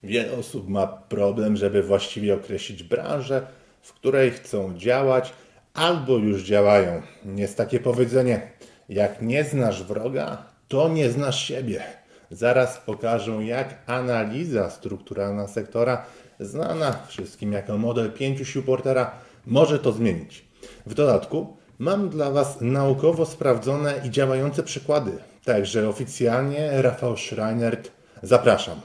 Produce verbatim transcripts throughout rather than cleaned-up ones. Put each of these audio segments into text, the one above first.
Wiele osób ma problem, żeby właściwie określić branżę, w której chcą działać albo już działają. Jest takie powiedzenie: jak nie znasz wroga, to nie znasz siebie. Zaraz pokażę, jak analiza strukturalna sektora, znana wszystkim jako model pięciu sił Portera, może to zmienić. W dodatku mam dla Was naukowo sprawdzone i działające przykłady. Także oficjalnie Rafał Schreinert, zapraszam.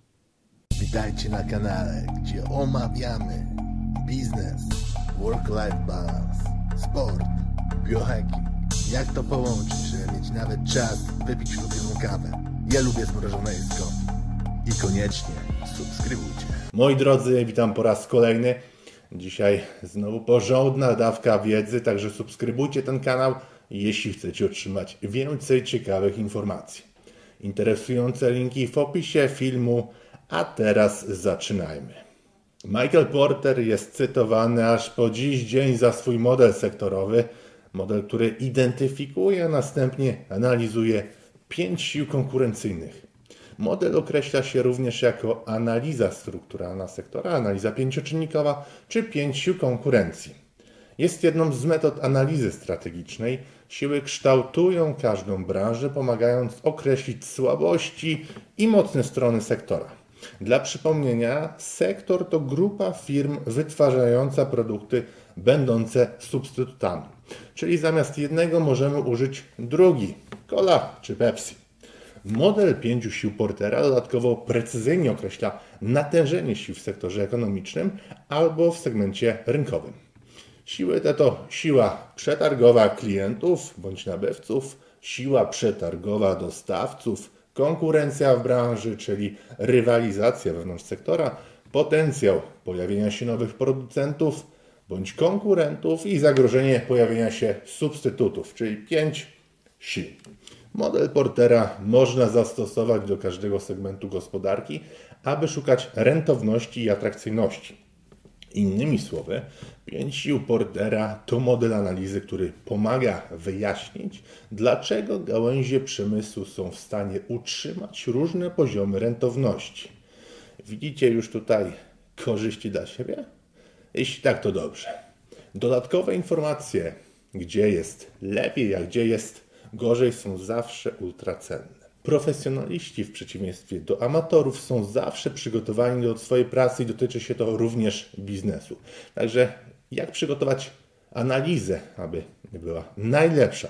Witajcie na kanale, gdzie omawiamy biznes, work-life balance, sport, biohacking. Jak to połączyć, żeby mieć nawet czas wypić ulubioną kawę. Ja lubię zmrożone jedzko. I koniecznie subskrybujcie. Moi drodzy, witam po raz kolejny. Dzisiaj znowu porządna dawka wiedzy, także subskrybujcie ten kanał, jeśli chcecie otrzymać więcej ciekawych informacji. Interesujące linki w opisie filmu, a teraz zaczynajmy. Michael Porter jest cytowany aż po dziś dzień za swój model sektorowy, model, który identyfikuje, a następnie analizuje pięć sił konkurencyjnych. Model określa się również jako analiza strukturalna sektora, analiza pięcioczynnikowa czy pięć sił konkurencji. Jest jedną z metod analizy strategicznej. Siły kształtują każdą branżę, pomagając określić słabości i mocne strony sektora. Dla przypomnienia, sektor to grupa firm wytwarzająca produkty będące substytutami. Czyli zamiast jednego możemy użyć drugi, Cola czy Pepsi. Model pięciu sił Portera dodatkowo precyzyjnie określa natężenie sił w sektorze ekonomicznym albo w segmencie rynkowym. Siły te to siła przetargowa klientów bądź nabywców, siła przetargowa dostawców, konkurencja w branży, czyli rywalizacja wewnątrz sektora, potencjał pojawienia się nowych producentów bądź konkurentów i zagrożenie pojawienia się substytutów, czyli pięć sił. Model Portera można zastosować do każdego segmentu gospodarki, aby szukać rentowności i atrakcyjności. Innymi słowy, pięć sił Portera to model analizy, który pomaga wyjaśnić, dlaczego gałęzie przemysłu są w stanie utrzymać różne poziomy rentowności. Widzicie już tutaj korzyści dla siebie? Jeśli tak, to dobrze. Dodatkowe informacje, gdzie jest lepiej, a gdzie jest gorzej, są zawsze ultracenne. Profesjonaliści, w przeciwieństwie do amatorów, są zawsze przygotowani do swojej pracy i dotyczy się to również biznesu. Także jak przygotować analizę, aby była najlepsza?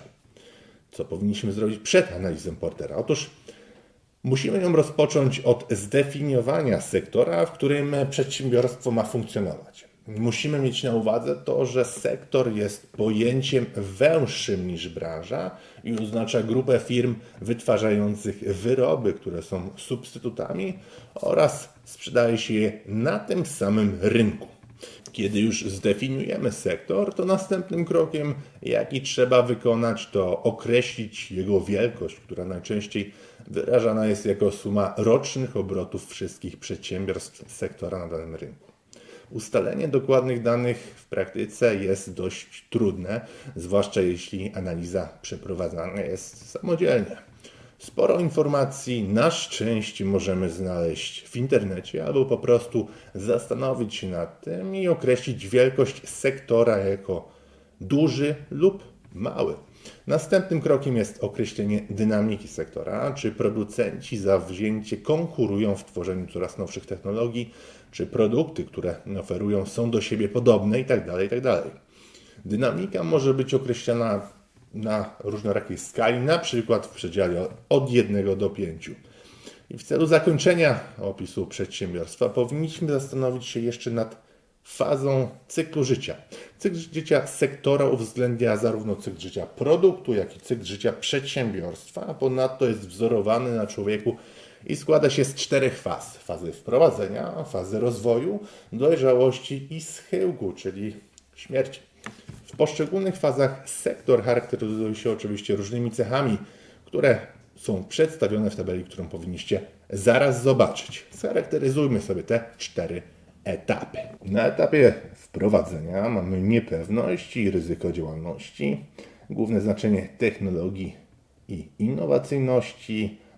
Co powinniśmy zrobić przed analizą Portera? Otóż musimy ją rozpocząć od zdefiniowania sektora, w którym przedsiębiorstwo ma funkcjonować. Musimy mieć na uwadze to, że sektor jest pojęciem węższym niż branża i oznacza grupę firm wytwarzających wyroby, które są substytutami oraz sprzedaje się je na tym samym rynku. Kiedy już zdefiniujemy sektor, to następnym krokiem, jaki trzeba wykonać, to określić jego wielkość, która najczęściej wyrażana jest jako suma rocznych obrotów wszystkich przedsiębiorstw sektora na danym rynku. Ustalenie dokładnych danych w praktyce jest dość trudne, zwłaszcza jeśli analiza przeprowadzana jest samodzielnie. Sporo informacji na szczęście możemy znaleźć w internecie albo po prostu zastanowić się nad tym i określić wielkość sektora jako duży lub mały. Następnym krokiem jest określenie dynamiki sektora, czy producenci zawzięcie konkurują w tworzeniu coraz nowszych technologii, czy produkty, które oferują, są do siebie podobne itd. itd. Dynamika może być określana na różnorakiej skali, na przykład w przedziale od jednego do pięciu. I w celu zakończenia opisu przedsiębiorstwa powinniśmy zastanowić się jeszcze nad fazą cyklu życia. Cykl życia sektora uwzględnia zarówno cykl życia produktu, jak i cykl życia przedsiębiorstwa, a ponadto jest wzorowany na człowieku i składa się z czterech faz. Fazy wprowadzenia, fazy rozwoju, dojrzałości i schyłku, czyli śmierci. W poszczególnych fazach sektor charakteryzuje się oczywiście różnymi cechami, które są przedstawione w tabeli, którą powinniście zaraz zobaczyć. Scharakteryzujmy sobie te cztery etapy. Na etapie wprowadzenia mamy niepewność i ryzyko działalności, główne znaczenie technologii i innowacyjności,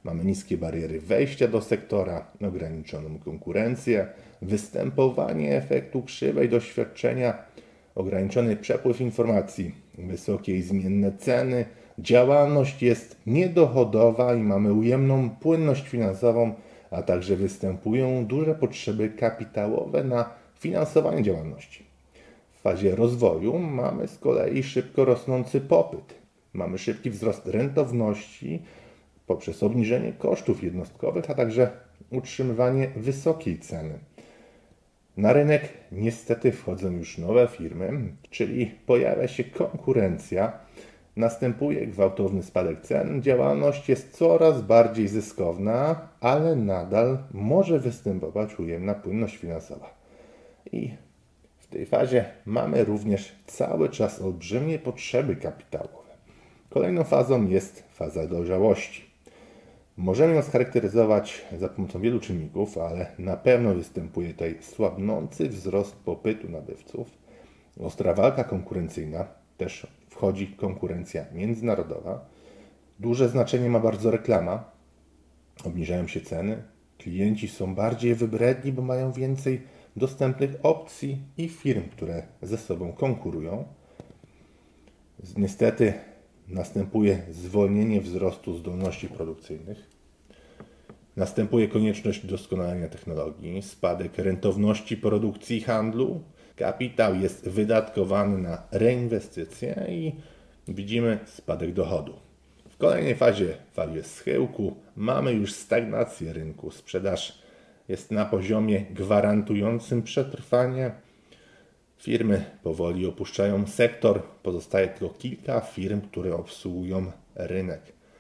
Mamy niskie bariery wejścia do sektora, ograniczoną konkurencję, występowanie efektu krzywej doświadczenia, ograniczony przepływ informacji, wysokie i zmienne ceny, działalność jest niedochodowa i mamy ujemną płynność finansową, a także występują duże potrzeby kapitałowe na finansowanie działalności. W fazie rozwoju mamy z kolei szybko rosnący popyt. Mamy szybki wzrost rentowności poprzez obniżenie kosztów jednostkowych, a także utrzymywanie wysokiej ceny. Na rynek niestety wchodzą już nowe firmy, czyli pojawia się konkurencja, następuje gwałtowny spadek cen, działalność jest coraz bardziej zyskowna, ale nadal może występować ujemna płynność finansowa. I w tej fazie mamy również cały czas olbrzymie potrzeby kapitałowe. Kolejną fazą jest faza dojrzałości. Możemy ją scharakteryzować za pomocą wielu czynników, ale na pewno występuje tutaj słabnący wzrost popytu nabywców, ostra walka konkurencyjna, też wchodzi konkurencja międzynarodowa, duże znaczenie ma bardzo reklama, obniżają się ceny, klienci są bardziej wybredni, bo mają więcej dostępnych opcji i firm, które ze sobą konkurują. Niestety następuje zwolnienie wzrostu zdolności produkcyjnych, następuje konieczność doskonalenia technologii, spadek rentowności produkcji i handlu, kapitał jest wydatkowany na reinwestycje i widzimy spadek dochodu. W kolejnej fazie, w fazie schyłku, mamy już stagnację rynku. Sprzedaż jest na poziomie gwarantującym przetrwanie. Firmy powoli opuszczają sektor, pozostaje tylko kilka firm, które obsługują rynek.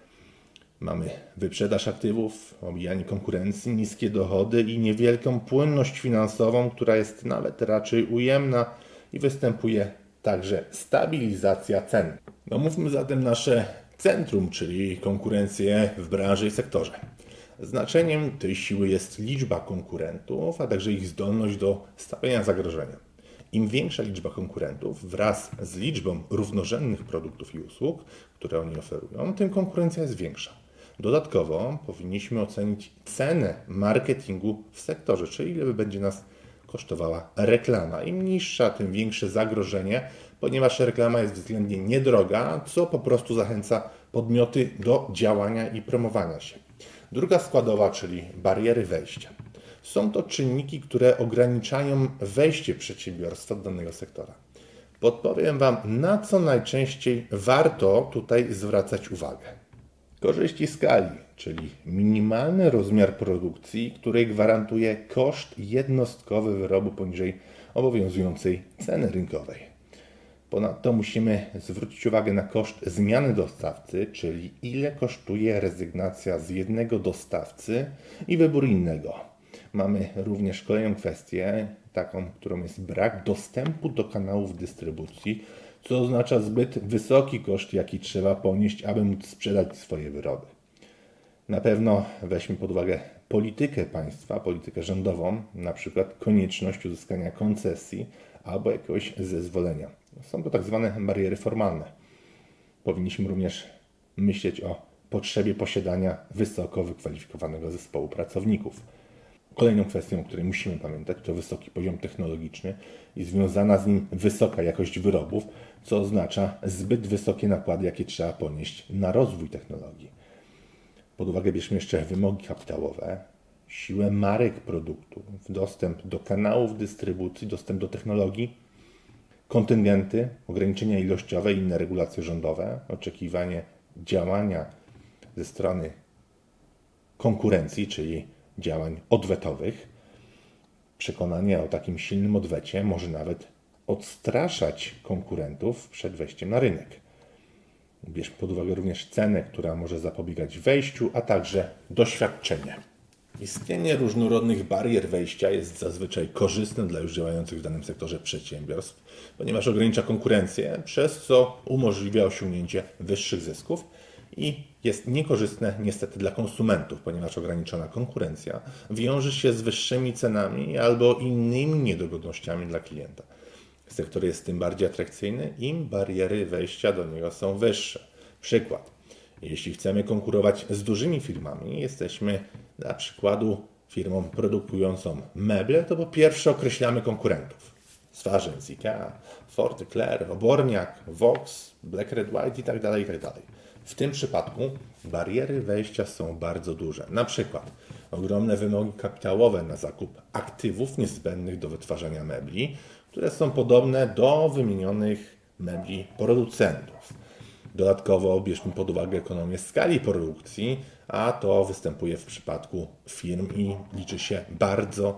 Mamy wyprzedaż aktywów, omijanie konkurencji, niskie dochody i niewielką płynność finansową, która jest nawet raczej ujemna i występuje także stabilizacja cen. Omówmy zatem nasze centrum, czyli konkurencję w branży i sektorze. Znaczeniem tej siły jest liczba konkurentów, a także ich zdolność do stawiania zagrożenia. Im większa liczba konkurentów wraz z liczbą równorzędnych produktów i usług, które oni oferują, tym konkurencja jest większa. Dodatkowo powinniśmy ocenić cenę marketingu w sektorze, czyli ile będzie nas kosztowała reklama. Im niższa, tym większe zagrożenie, ponieważ reklama jest względnie niedroga, co po prostu zachęca podmioty do działania i promowania się. Druga składowa, czyli bariery wejścia. Są to czynniki, które ograniczają wejście przedsiębiorstwa do danego sektora. Podpowiem Wam, na co najczęściej warto tutaj zwracać uwagę. Korzyści skali, czyli minimalny rozmiar produkcji, której gwarantuje koszt jednostkowy wyrobu poniżej obowiązującej ceny rynkowej. Ponadto musimy zwrócić uwagę na koszt zmiany dostawcy, czyli ile kosztuje rezygnacja z jednego dostawcy i wybór innego. Mamy również kolejną kwestię, taką, którą jest brak dostępu do kanałów dystrybucji, co oznacza zbyt wysoki koszt, jaki trzeba ponieść, aby móc sprzedać swoje wyroby. Na pewno weźmy pod uwagę politykę państwa, politykę rządową, na przykład konieczność uzyskania koncesji albo jakiegoś zezwolenia. Są to tak zwane bariery formalne. Powinniśmy również myśleć o potrzebie posiadania wysoko wykwalifikowanego zespołu pracowników. Kolejną kwestią, o której musimy pamiętać, to wysoki poziom technologiczny i związana z nim wysoka jakość wyrobów, co oznacza zbyt wysokie nakłady, jakie trzeba ponieść na rozwój technologii. Pod uwagę bierzmy jeszcze wymogi kapitałowe, siłę marek produktów, dostęp do kanałów dystrybucji, dostęp do technologii, kontyngenty, ograniczenia ilościowe i inne regulacje rządowe, oczekiwanie działania ze strony konkurencji, czyli działań odwetowych. Przekonanie o takim silnym odwecie może nawet odstraszać konkurentów przed wejściem na rynek. Bierzmy pod uwagę również cenę, która może zapobiegać wejściu, a także doświadczenie. Istnienie różnorodnych barier wejścia jest zazwyczaj korzystne dla już działających w danym sektorze przedsiębiorstw, ponieważ ogranicza konkurencję, przez co umożliwia osiągnięcie wyższych zysków i jest niekorzystne niestety dla konsumentów, ponieważ ograniczona konkurencja wiąże się z wyższymi cenami albo innymi niedogodnościami dla klienta. Sektor jest tym bardziej atrakcyjny, im bariery wejścia do niego są wyższe. Przykład. Jeśli chcemy konkurować z dużymi firmami, jesteśmy dla przykładu firmą produkującą meble, to po pierwsze określamy konkurentów. Swarzędz, IKEA, Ford Leclerc, Oborniak, Vox, Black Red White itd., itd. W tym przypadku bariery wejścia są bardzo duże. Na przykład ogromne wymogi kapitałowe na zakup aktywów niezbędnych do wytwarzania mebli, które są podobne do wymienionych mebli producentów. Dodatkowo bierzmy pod uwagę ekonomię skali produkcji, a to występuje w przypadku firm i liczy się bardzo.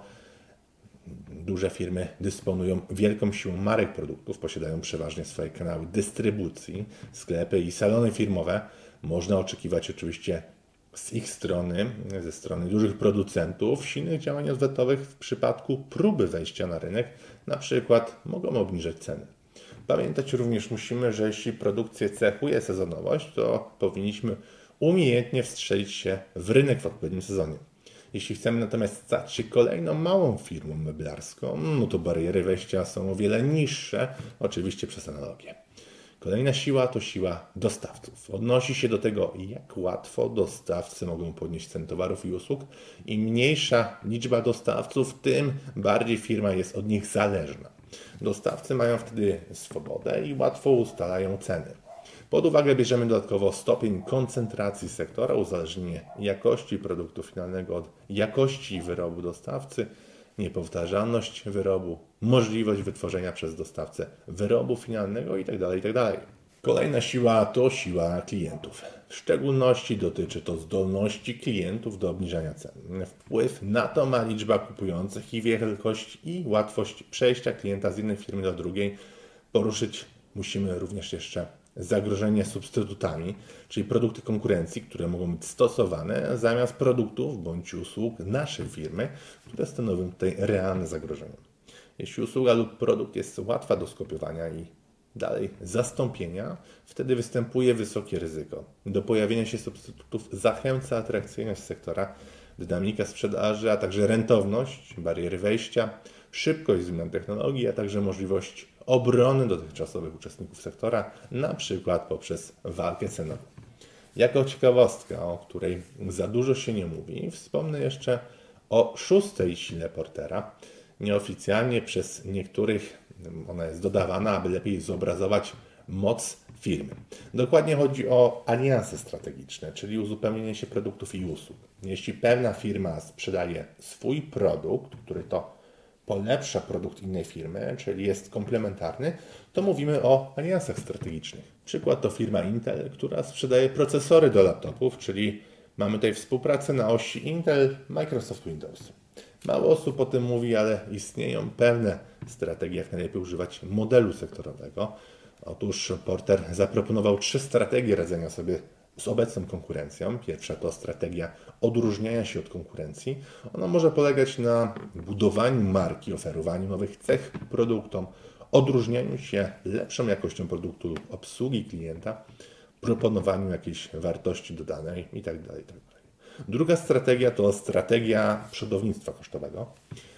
Duże firmy dysponują wielką siłą marek produktów, posiadają przeważnie swoje kanały dystrybucji, sklepy i salony firmowe. Można oczekiwać oczywiście z ich strony, ze strony dużych producentów, silnych działań odwetowych w przypadku próby wejścia na rynek, na przykład mogą obniżać ceny. Pamiętać również musimy, że jeśli produkcję cechuje sezonowość, to powinniśmy umiejętnie wstrzelić się w rynek w odpowiednim sezonie. Jeśli chcemy natomiast stać się kolejną małą firmą meblarską, no to bariery wejścia są o wiele niższe, oczywiście przez analogię. Kolejna siła to siła dostawców. Odnosi się do tego, jak łatwo dostawcy mogą podnieść ceny towarów i usług. Im mniejsza liczba dostawców, tym bardziej firma jest od nich zależna. Dostawcy mają wtedy swobodę i łatwo ustalają ceny. Pod uwagę bierzemy dodatkowo stopień koncentracji sektora, uzależnienie jakości produktu finalnego od jakości wyrobu dostawcy, niepowtarzalność wyrobu, możliwość wytworzenia przez dostawcę wyrobu finalnego itd., itd. Kolejna siła to siła klientów. W szczególności dotyczy to zdolności klientów do obniżania cen. Wpływ na to ma liczba kupujących i wielkość i łatwość przejścia klienta z jednej firmy do drugiej. Poruszyć musimy również jeszcze zagrożenie substytutami, czyli produkty konkurencji, które mogą być stosowane zamiast produktów bądź usług naszej firmy, które stanowią tutaj realne zagrożenie. Jeśli usługa lub produkt jest łatwa do skopiowania i dalej zastąpienia, wtedy występuje wysokie ryzyko. Do pojawienia się substytutów zachęca atrakcyjność sektora, dynamika sprzedaży, a także rentowność, bariery wejścia, szybkość zmian technologii, a także możliwość obrony dotychczasowych uczestników sektora, na przykład poprzez walkę cenową. Jako ciekawostka, o której za dużo się nie mówi, wspomnę jeszcze o szóstej sile Portera. Nieoficjalnie przez niektórych ona jest dodawana, aby lepiej zobrazować moc firmy. Dokładnie chodzi o alianse strategiczne, czyli uzupełnienie się produktów i usług. Jeśli pewna firma sprzedaje swój produkt, który to polepsza produkt innej firmy, czyli jest komplementarny, to mówimy o aliansach strategicznych. Przykład to firma Intel, która sprzedaje procesory do laptopów, czyli mamy tutaj współpracę na osi Intel, Microsoft Windows. Mało osób o tym mówi, ale istnieją pewne strategie, jak najlepiej używać modelu sektorowego. Otóż Porter zaproponował trzy strategie radzenia sobie z obecną konkurencją. Pierwsza to strategia odróżniania się od konkurencji. Ona może polegać na budowaniu marki, oferowaniu nowych cech produktom, odróżnianiu się lepszą jakością produktu lub obsługi klienta, proponowaniu jakiejś wartości dodanej itd. itd. Druga strategia to strategia przodownictwa kosztowego.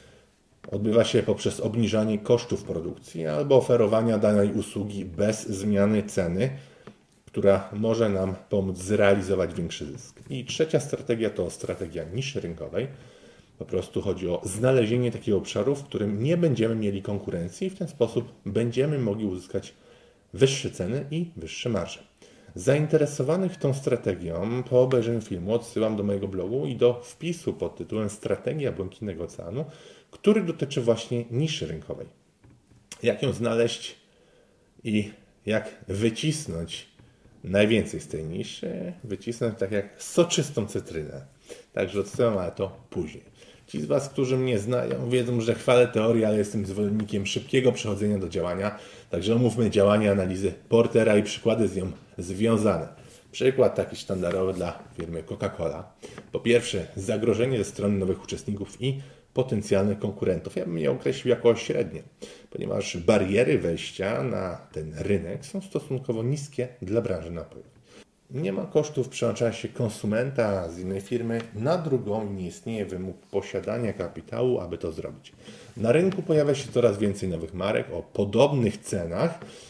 Odbywa się poprzez obniżanie kosztów produkcji albo oferowania danej usługi bez zmiany ceny, która może nam pomóc zrealizować większy zysk. I trzecia strategia to strategia niszy rynkowej. Po prostu chodzi o znalezienie takiego obszaru, w którym nie będziemy mieli konkurencji i w ten sposób będziemy mogli uzyskać wyższe ceny i wyższe marże. Zainteresowanych tą strategią po obejrzeniu filmu odsyłam do mojego blogu i do wpisu pod tytułem Strategia Błękitnego Oceanu, który dotyczy właśnie niszy rynkowej. Jak ją znaleźć i jak wycisnąć najwięcej z tej niszy, wycisnąć tak jak soczystą cytrynę. Także odsyłam, ale to później. Ci z Was, którzy mnie znają, wiedzą, że chwalę teorię, ale jestem zwolennikiem szybkiego przechodzenia do działania. Także omówmy działania analizy Portera i przykłady z nią związane. Przykład taki sztandarowy dla firmy Coca-Cola. Po pierwsze, zagrożenie ze strony nowych uczestników i potencjalnych konkurentów. Ja bym je określił jako średnie, ponieważ bariery wejścia na ten rynek są stosunkowo niskie dla branży napojów. Nie ma kosztów przełączania się konsumenta z innej firmy na drugą i nie istnieje wymóg posiadania kapitału, aby to zrobić. Na rynku pojawia się coraz więcej nowych marek o podobnych cenach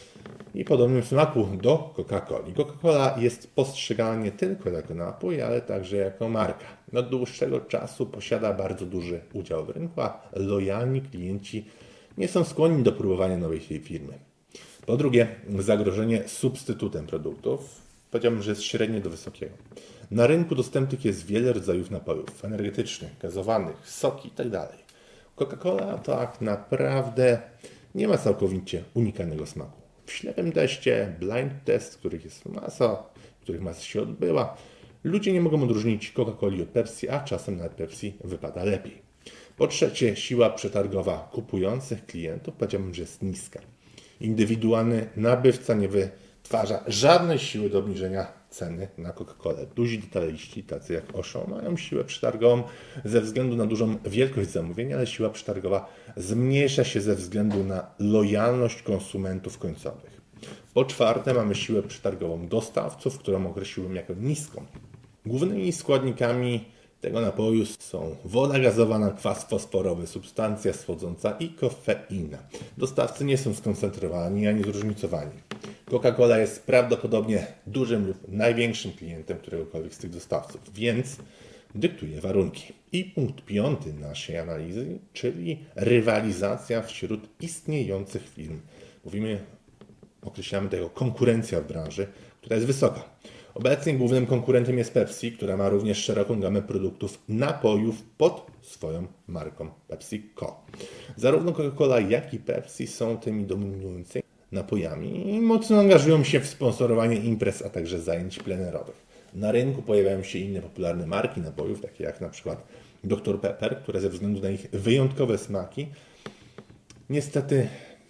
i podobnym smaku do Coca-Coli. Coca-Cola jest postrzegana nie tylko jako napój, ale także jako marka. Od dłuższego czasu posiada bardzo duży udział w rynku, a lojalni klienci nie są skłonni do próbowania nowej firmy. Po drugie, zagrożenie substytutem produktów. Powiedziałbym, że jest średnie do wysokiego. Na rynku dostępnych jest wiele rodzajów napojów energetycznych, gazowanych, soki itd. Coca-Cola tak naprawdę nie ma całkowicie unikalnego smaku. W ślepym teście, blind test, których jest masa, których masa się odbyła, ludzie nie mogą odróżnić Coca-Coli od Pepsi, a czasem nawet Pepsi wypada lepiej. Po trzecie, siła przetargowa kupujących klientów, powiedziałbym, że jest niska. Indywidualny nabywca nie wytwarza żadnej siły do obniżenia ceny na Coca-Colę. Duzi detaliści, tacy jak Auchan, mają siłę przetargową ze względu na dużą wielkość zamówienia, ale siła przetargowa zmniejsza się ze względu na lojalność konsumentów końcowych. Po czwarte, mamy siłę przetargową dostawców, którą określiłem jako niską. Głównymi składnikami tego napoju są woda gazowana, kwas fosforowy, substancja słodząca i kofeina. Dostawcy nie są skoncentrowani ani zróżnicowani. Coca-Cola jest prawdopodobnie dużym lub największym klientem któregokolwiek z tych dostawców, więc dyktuje warunki. I punkt piąty naszej analizy, czyli rywalizacja wśród istniejących firm. Mówimy, określamy tego konkurencja w branży, która jest wysoka. Obecnie głównym konkurentem jest Pepsi, która ma również szeroką gamę produktów napojów pod swoją marką PepsiCo. Zarówno Coca-Cola, jak i Pepsi są tymi dominującymi napojami i mocno angażują się w sponsorowanie imprez, a także zajęć plenerowych. Na rynku pojawiają się inne popularne marki napojów, takie jak na przykład doktor Pepper, które ze względu na ich wyjątkowe smaki niestety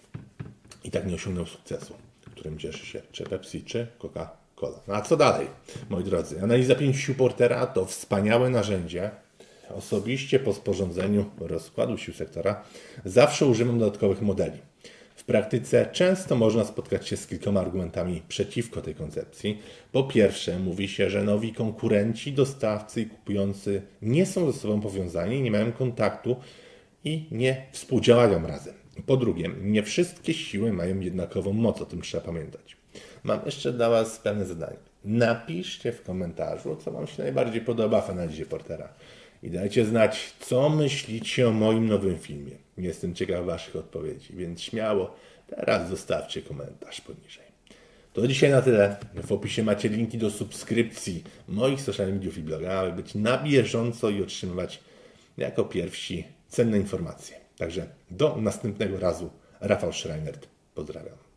i tak nie osiągnął sukcesu, którym cieszy się czy Pepsi, czy Coca-Cola. No a co dalej, moi drodzy? Analiza pięć sił Portera to wspaniałe narzędzie. Osobiście po sporządzeniu rozkładu sił sektora zawsze używam dodatkowych modeli. W praktyce często można spotkać się z kilkoma argumentami przeciwko tej koncepcji. Po pierwsze, mówi się, że nowi konkurenci, dostawcy i kupujący nie są ze sobą powiązani, nie mają kontaktu i nie współdziałają razem. Po drugie, nie wszystkie siły mają jednakową moc, o tym trzeba pamiętać. Mam jeszcze dla Was pewne zadanie. Napiszcie w komentarzu, co Wam się najbardziej podoba w analizie Portera. I dajcie znać, co myślicie o moim nowym filmie. Jestem ciekaw Waszych odpowiedzi, więc śmiało teraz zostawcie komentarz poniżej. To dzisiaj na tyle. W opisie macie linki do subskrypcji moich social mediów i bloga, aby być na bieżąco i otrzymywać jako pierwsi cenne informacje. Także do następnego razu. Rafał Schreiner. Pozdrawiam.